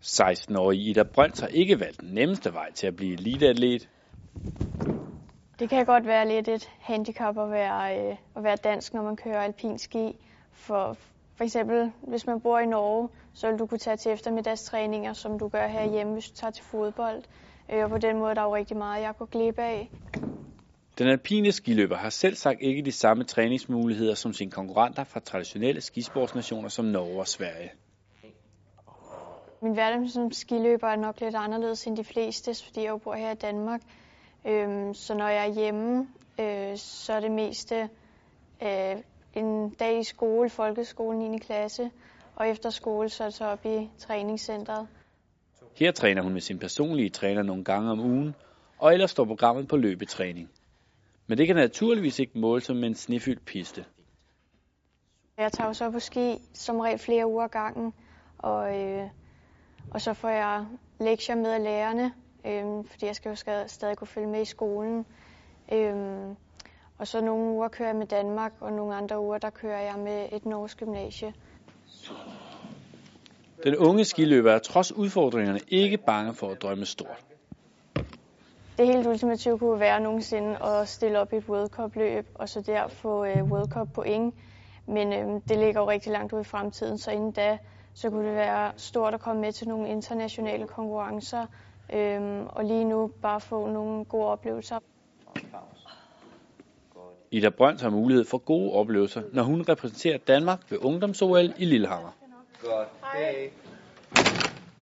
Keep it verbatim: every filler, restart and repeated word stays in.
seksten-årige Ida Brøns har ikke valgt den nemmeste vej til at blive eliteatlet. Det kan godt være lidt et handicap at være, øh, at være dansk, når man kører alpin ski. For, for eksempel, hvis man bor i Norge, så vil du kunne tage til eftermiddagstræninger, som du gør herhjemme, hvis du tager til fodbold. Øh, og på den måde der er der jo rigtig meget, jeg går glip af. Den alpine skiløber har selv sagt ikke de samme træningsmuligheder som sine konkurrenter fra traditionelle skisportsnationer som Norge og Sverige. Min hverdag som skiløber er nok lidt anderledes end de fleste, fordi jeg jo bor her i Danmark. Øhm, så når jeg er hjemme, øh, så er det meste øh, en dag i skole, folkeskole niende klasse, og efter skole så er det så op i træningscentret. Her træner hun med sin personlige træner nogle gange om ugen, og ellers står programmet på løbetræning. Men det kan naturligvis ikke måles som en snefyldt piste. Jeg tager jo så på ski som regel flere uger ad gangen, og, øh, og så får jeg lektier med af lærerne, øh, fordi jeg skal jo stadig kunne følge med i skolen. Øh, og så nogle uger kører jeg med Danmark, og nogle andre uger der kører jeg med et norsk gymnasie. Den unge skiløber er trods udfordringerne ikke bange for at drømme stort. Det helt ultimative kunne være nogensinde at stille op i et World Cup-løb, og så der få uh, World Cup-point. Men øhm, det ligger jo rigtig langt ude i fremtiden, så inden da, så kunne det være stort at komme med til nogle internationale konkurrencer, øhm, og lige nu bare få nogle gode oplevelser. Ida Brøns har mulighed for gode oplevelser, når hun repræsenterer Danmark ved ungdoms-O L i Lillehammer. Godt. Hej.